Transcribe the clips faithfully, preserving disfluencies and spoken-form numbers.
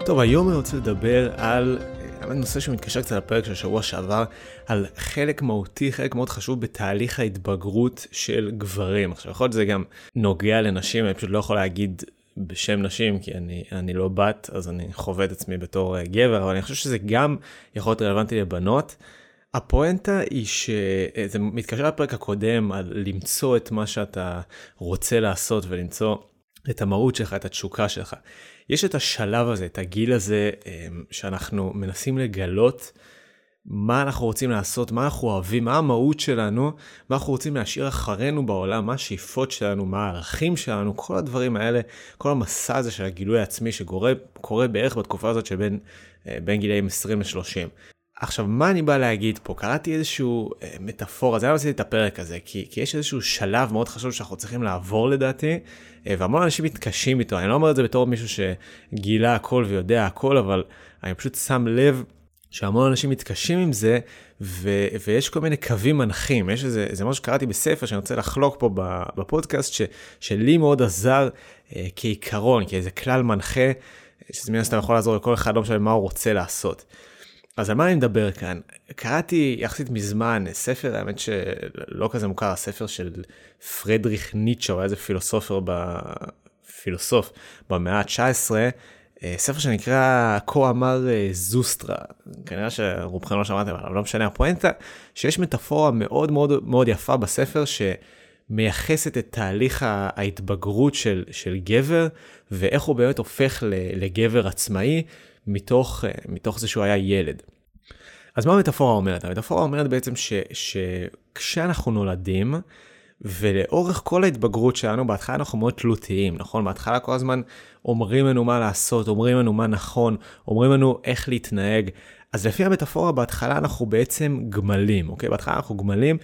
טוב, היום אני רוצה לדבר על נושא שמתקשר קצת לפרק של שבוע שעבר, על חלק מהותי, חלק מאוד חשוב בתהליך ההתבגרות של גברים. עכשיו, יכול להיות שזה גם נוגע לנשים, אני פשוט לא יכול להגיד בשם נשים, כי אני, אני לא בת, אז אני חווה את עצמי בתור גבר, אבל אני חושב שזה גם יכול להיות רלוונטי לבנות. הפואנטה היא שזה מתקשר לפרק הקודם על למצוא את מה שאתה רוצה לעשות ולמצוא את המהות שלך, את התשוקה שלך. יש את השלב הזה, את הגיל הזה, שאנחנו מנסים לגלות מה אנחנו רוצים לעשות, מה אנחנו אוהבים, מה המהות שלנו, מה אנחנו רוצים להשאיר אחרינו בעולם, מה השאיפות שלנו, מה הערכים שלנו, כל הדברים האלה, כל המסע הזה של הגילוי העצמי שקורה בערך בתקופה הזאת שבין בין גילאים עשרים ל-שלושים. עכשיו, מה אני בא להגיד פה? קראתי איזשהו מטאפורה, זה היה עשיתי את הפרק הזה, כי, כי יש איזשהו שלב מאוד חשוב שאנחנו צריכים לעבור לדעתי, והמון אנשים מתקשים איתו. אני לא אומר את זה בתור מישהו שגילה הכל ויודע הכל, אבל אני פשוט שם לב שהמון אנשים מתקשים עם זה, ו, ויש כל מיני קווים מנחים. יש איזה, איזה משהו שקראתי בספר שאני רוצה לחלוק פה בפודקאסט, ש, שלי מאוד עזר אה, כעיקרון, כאיזה כלל מנחה, שזה מן הסתם יכול לעזור לכל אחד, לא משנה מה הוא רוצה לעשות. אז על מה אני מדבר כאן? קראתי יחסית מזמן ספר, האמת שלא כזה מוכר, הספר של פרדריך ניטשה, הוא היה איזה פילוסופר, פילוסוף במאה ה-תשע עשרה, ספר שנקרא כה אמר זוסטרה, כנראה שרובכם לא שמעתם, אבל לא משנה, הפואנטה, שיש מטאפורה מאוד מאוד מאוד יפה בספר, שמייחסת את תהליך ההתבגרות של, של גבר, ואיך הוא באמת הופך לגבר עצמאי, מתוך, מתוך זה שהוא היה ילד. אז מה המטאפורה אומרת? המטאפורה אומרת בעצם ש, שכשאנחנו נולדים, ולאורך כל ההתבגרות שלנו, בהתחלה אנחנו מאוד תלותיים, נכון? בהתחלה כל הזמן אומרים לנו מה לעשות, אומרים לנו מה נכון, אומרים לנו איך להתנהג. אז לפי המטאפורה, בהתחלה אנחנו בעצם גמלים, אוקיי? בהתחלה אנחנו גמלים,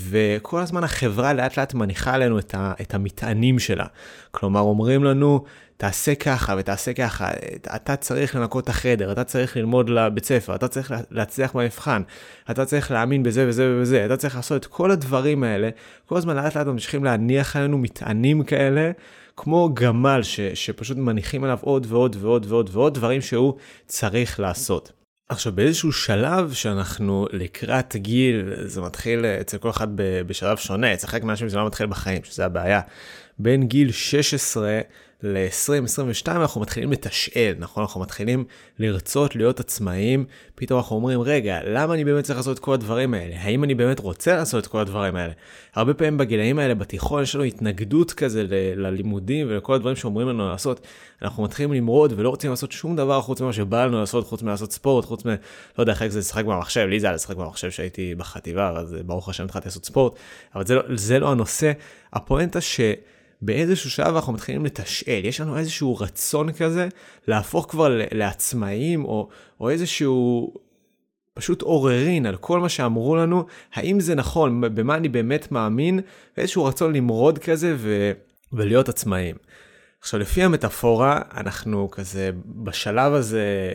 וכל הזמן החברה לאט לאט מניחה עלינו את, ה, את המטענים שלה. כלומר, אומרים לנו, תעשה ככה ותעשה ככה, אתה צריך לנקות את החדר, אתה צריך ללמוד לבית ספר, אתה צריך להצליח במבחן, אתה צריך להאמין בזה וזה ובזה, אתה צריך לעשות את כל הדברים האלה, כל הזמן לאט לאט ממשיכים להניח עלינו מטענים כאלה, כמו גמל ש, שפשוט מניחים עליו עוד ועוד ועוד ועוד ועוד דברים שהוא צריך לעשות. עכשיו, באיזשהו שלב שאנחנו לקראת גיל, זה מתחיל אצל כל אחד בשלב שונה, אצל חלק מהאנשים זה לא מתחיל בחיים, שזה הבעיה. בין גיל שש עשרה ל-עשרים עשרים ושתיים אנחנו מתחילים לתשאל, נכון? אנחנו מתחילים לרצות להיות עצמאים, פתאום אנחנו אומרים, רגע, למה אני באמת צריך לעשות את כל הדברים האלה? האם אני באמת רוצה לעשות את כל הדברים האלה? הרבה פעמים בגילאים האלה, בתיכון, יש לנו התנגדות כזה ל- ללימודים ולכל הדברים שאומרים לנו לעשות. אנחנו מתחילים למרוד ולא רוצים לעשות שום דבר חוץ ממה שבא לנו לעשות, חוץ מלעשות ספורט, חוץ מ... לא יודע, חלק זה לשחק במחשב, לי זה היה לשחק במחשב שהייתי בחטיבה, אז ברוך השם התחלתי לעשות ספורט, אבל זה לא, זה לא הנושא. הפואנטה ש... באיזשהו שלב אנחנו מתחילים לתשאל, יש לנו איזשהו רצון כזה להפוך כבר לעצמאים, או, או איזשהו פשוט עוררין על כל מה שאמרו לנו, האם זה נכון, במה אני באמת מאמין, ואיזשהו רצון למרוד כזה ו, ולהיות עצמאים. עכשיו, לפי המטאפורה, אנחנו כזה בשלב הזה,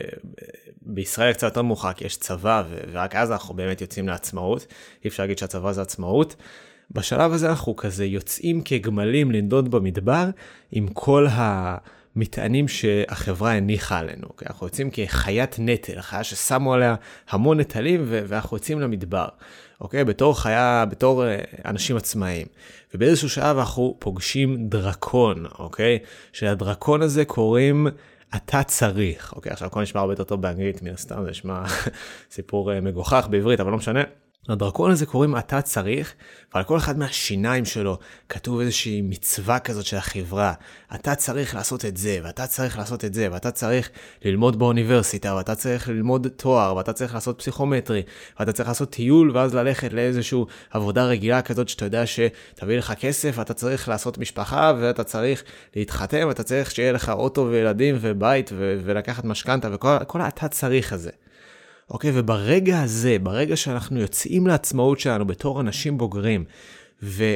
בישראל קצת יותר מאוחר, כי יש צבא, ורק אז אנחנו באמת יוצאים לעצמאות, אי אפשר להגיד שהצבא זה עצמאות, בשלב הזה אנחנו כזה יוצאים כגמלים לנדוד במדבר עם כל המטענים שהחברה הניחה עלינו. אנחנו יוצאים כחיית נטל, חיה ששמו עליה המון נטלים ואנחנו יוצאים למדבר. אוקיי? בתור חיה, בתור אנשים עצמאיים. ובאיזשהו שלב אנחנו פוגשים דרקון, אוקיי? שהדרקון הזה קוראים אתה צריך. אוקיי? עכשיו הכל נשמע הרבה יותר טוב באנגלית, מן הסתם זה נשמע סיפור מגוחך בעברית, אבל לא משנה. הדרקון הזה קוראים אתה צריך, ועל כל אחד מהשיניים שלו כתוב איזושהי מצווה כזאת של החברה. אתה צריך לעשות את זה, ואתה צריך לעשות את זה, ואתה צריך ללמוד באוניברסיטה, ואתה צריך ללמוד תואר, ואתה צריך לעשות פסיכומטרי, ואתה צריך לעשות טיול, ואז ללכת לאיזושהי עבודה רגילה כזאת שאתה יודע שתביא לך כסף, ואתה צריך לעשות משפחה, ואתה צריך להתחתן, ואתה צריך שיהיה לך אוטו וילדים ובית, ו- ולקחת משכנתה, וכל כל אתה צריך הזה. אוקיי, וברגע הזה, ברגע שאנחנו יוצאים לעצמאות שלנו בתור אנשים בוגרים,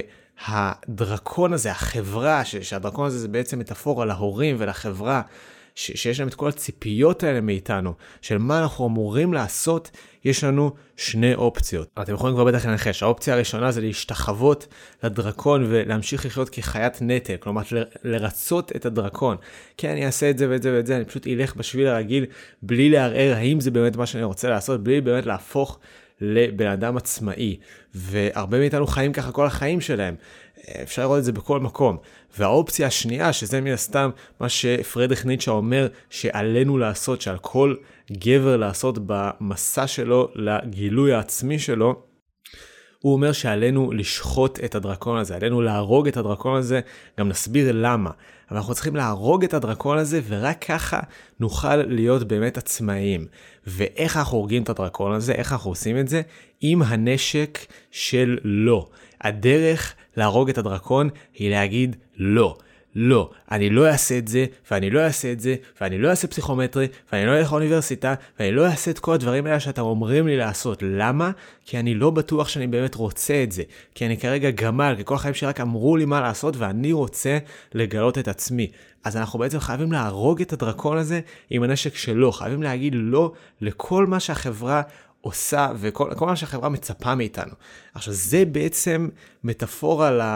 והדרקון הזה, החברה, ש- שהדרקון הזה זה בעצם מטאפורה להורים ולחברה, ש- שיש להם את כל הציפיות האלה מאיתנו, של מה אנחנו אמורים לעשות, יש לנו שני אופציות. אתם יכולים כבר בטח לנחש, האופציה הראשונה זה להשתחוות לדרקון ולהמשיך לחיות כחיית נטל, כלומר ל- לרצות את הדרקון. כן, אני אעשה את זה ואת זה ואת זה, אני פשוט אלך בשביל הרגיל, בלי לערער האם זה באמת מה שאני רוצה לעשות, בלי באמת להפוך לבן אדם עצמאי. והרבה מאיתנו חיים ככה כל החיים שלהם. אפשר לראות את זה בכל מקום. והאופציה השנייה, שזה מן הסתם מה שפרידריך ניטשה אומר שעלינו לעשות, שעל כל גבר לעשות במסע שלו לגילוי העצמי שלו, הוא אומר שעלינו לשחוט את הדרקון הזה, עלינו להרוג את הדרקון הזה, גם נסביר למה. אבל אנחנו צריכים להרוג את הדרקון הזה, ורק ככה נוכל להיות באמת עצמאיים. ואיך אנחנו הורגים את הדרקון הזה, איך אנחנו עושים את זה? עם הנשק של לא. הדרך להרוג את הדרקון היא להגיד לא. לא, אני לא אעשה את זה, ואני לא אעשה את זה, ואני לא אעשה פסיכומטרי, ואני לא אלך לאוניברסיטה, ואני לא אעשה את כל הדברים האלה שאתם אומרים לי לעשות. למה? כי אני לא בטוח שאני באמת רוצה את זה. כי אני כרגע גמל, כי כל החיים שרק אמרו לי מה לעשות, ואני רוצה לגלות את עצמי. אז אנחנו בעצם חייבים להרוג את הדרקון הזה עם הנשק שלו. חייבים להגיד לא לכל מה שהחברה עושה, וכל כל מה שהחברה מצפה מאיתנו. עכשיו, זה בעצם מטאפורה ל...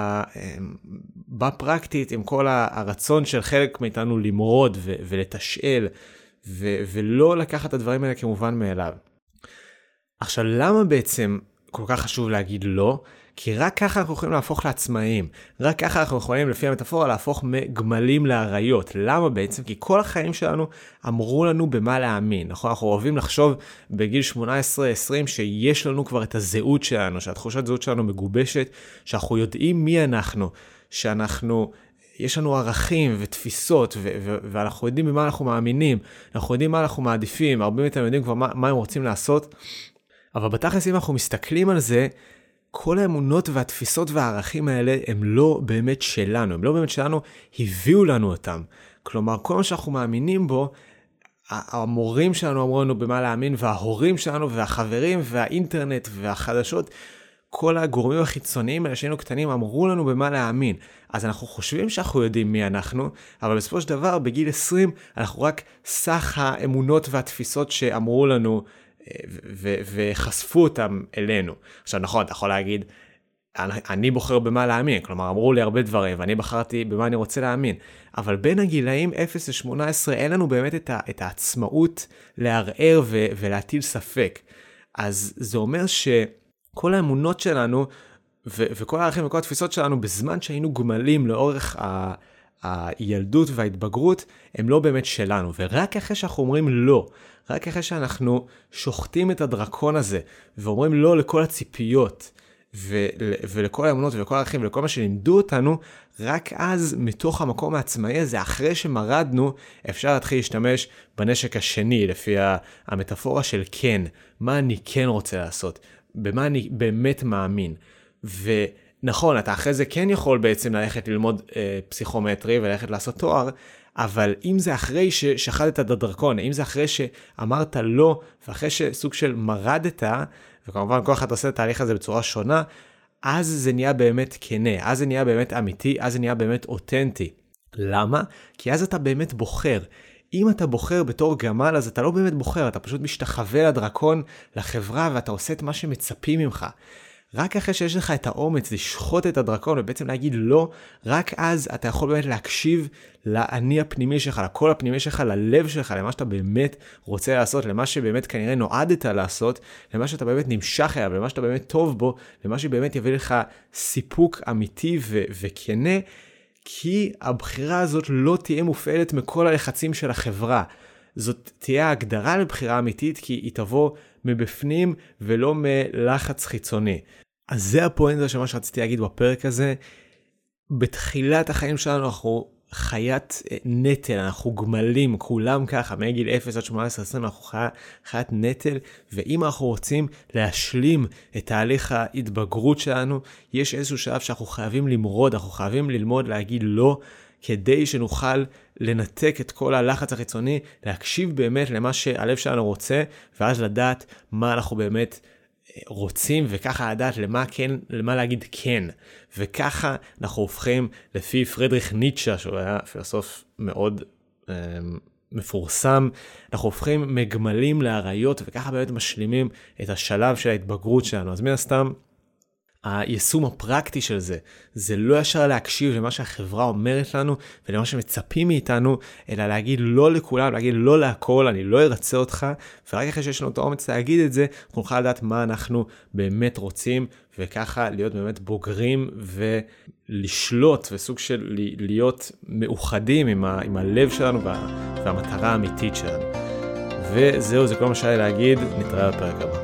בפרקטית, עם כל הרצון של חלק מאיתנו למרוד ו- ולתשאל, ו- ולא לקחת את הדברים האלה כמובן מאליו. עכשיו, למה בעצם כל כך חשוב להגיד לא? כי רק ככה אנחנו יכולים להפוך לעצמאים. רק ככה אנחנו יכולים, לפי המטאפורה, להפוך מגמלים לאריות. למה בעצם? כי כל החיים שלנו אמרו לנו במה להאמין. נכון? אנחנו אוהבים לחשוב בגיל שמונה עשרה עשרים שיש לנו כבר את הזהות שלנו, שהתחושת זהות שלנו מגובשת, שאנחנו יודעים מי אנחנו, שאנחנו, יש לנו ערכים ותפיסות, ו- ו- ואנחנו יודעים במה אנחנו מאמינים, אנחנו יודעים מה אנחנו מעדיפים, הרבה מאיתנו יודעים כבר מה, מה הם רוצים לעשות, אבל בתכלס אם אנחנו מסתכלים על זה, כל האמונות והתפיסות והערכים האלה הם לא באמת שלנו, הם לא באמת שלנו, הביאו לנו אותם. כלומר, כל מה שאנחנו מאמינים בו, המורים שלנו אמרו לנו במה להאמין, וההורים שלנו והחברים והאינטרנט והחדשות, כל הגורמים החיצוניים האלה שהיינו קטנים אמרו לנו במה להאמין. אז אנחנו חושבים שאנחנו יודעים מי אנחנו, אבל בסופו של דבר בגיל עשרים אנחנו רק סך האמונות והתפיסות שאמרו לנו ו- וחשפו אותם אלינו. עכשיו נכון, אתה יכול להגיד, אני, אני בוחר במה להאמין, כלומר אמרו לי הרבה דברים ואני בחרתי במה אני רוצה להאמין, אבל בין הגילאים אפס לשמונה עשרה אין לנו באמת את, ה- את העצמאות לערער ו- ולהטיל ספק. אז זה אומר שכל האמונות שלנו ו- וכל הערכים וכל התפיסות שלנו בזמן שהיינו גמלים לאורך ה... הילדות וההתבגרות הם לא באמת שלנו, ורק אחרי שאנחנו אומרים לא, רק אחרי שאנחנו שוחטים את הדרקון הזה, ואומרים לא לכל הציפיות, ול, ולכל האמונות ולכל הערכים ולכל מה שלימדו אותנו, רק אז מתוך המקום העצמאי הזה, אחרי שמרדנו, אפשר להתחיל להשתמש בנשק השני, לפי המטאפורה של כן, מה אני כן רוצה לעשות, במה אני באמת מאמין, ו... נכון, אתה אחרי זה כן יכול בעצם ללכת ללמוד אה, פסיכומטרי וללכת לעשות תואר, אבל אם זה אחרי ששחטת את הדרקון, אם זה אחרי שאמרת לא, ואחרי שסוג של מרדת, וכמובן כל אחד עושה את התהליך הזה בצורה שונה, אז זה נהיה באמת כנה, אז זה נהיה באמת אמיתי, אז זה נהיה באמת אותנטי. למה? כי אז אתה באמת בוחר. אם אתה בוחר בתור גמל, אז אתה לא באמת בוחר, אתה פשוט משתחווה לדרקון, לחברה, ואתה עושה את מה שמצפים ממך. רק אחרי שיש לך את האומץ לשחוט את הדרקון ובעצם להגיד לא, רק אז אתה יכול באמת להקשיב לעני הפנימי שלך, לקול הפנימי שלך, ללב שלך, למה שאתה באמת רוצה לעשות, למה שבאמת כנראה נועדת לעשות, למה שאתה באמת נמשך אליו, למה שאתה באמת טוב בו, למה שבאמת יביא לך סיפוק אמיתי ו- וכנה, כי הבחירה הזאת לא תהיה מופעלת מכל הלחצים של החברה. זאת תהיה ההגדרה לבחירה אמיתית, כי היא תבוא מבפנים ולא מלחץ חיצוני. אז זה הפואנטה של מה שרציתי להגיד בפרק הזה. בתחילת החיים שלנו אנחנו חיית נטל, אנחנו גמלים, כולם ככה, מגיל אפס עד שמונה עשרה עשרים אנחנו חי, חיית נטל, ואם אנחנו רוצים להשלים את תהליך ההתבגרות שלנו, יש איזשהו שלב שאנחנו חייבים למרוד, אנחנו חייבים ללמוד להגיד לא, כדי שנוכל לנתק את כל הלחץ החיצוני, להקשיב באמת למה שהלב שלנו רוצה, ואז לדעת מה אנחנו באמת רוצים, וככה לדעת למה כן, למה להגיד כן. וככה אנחנו הופכים לפי פרידריך ניטשה, שהוא היה פילוסוף מאוד אה, מפורסם, אנחנו הופכים מגמלים לאריות, וככה באמת משלימים את השלב של ההתבגרות שלנו. אז מן הסתם, היישום הפרקטי של זה, זה לא ישר להקשיב למה שהחברה אומרת לנו, ולמה שמצפים מאיתנו, אלא להגיד לא לכולם, להגיד לא להכל, אני לא ארצה אותך, ורק אחרי שיש לנו את האומץ להגיד את זה, אנחנו נוכל לדעת מה אנחנו באמת רוצים, וככה להיות באמת בוגרים, ולשלוט, וסוג של להיות מאוחדים עם, ה, עם הלב שלנו, וה, והמטרה האמיתית שלנו. וזהו, זה כל מה שהיה להגיד, נתראה בפרק הבא.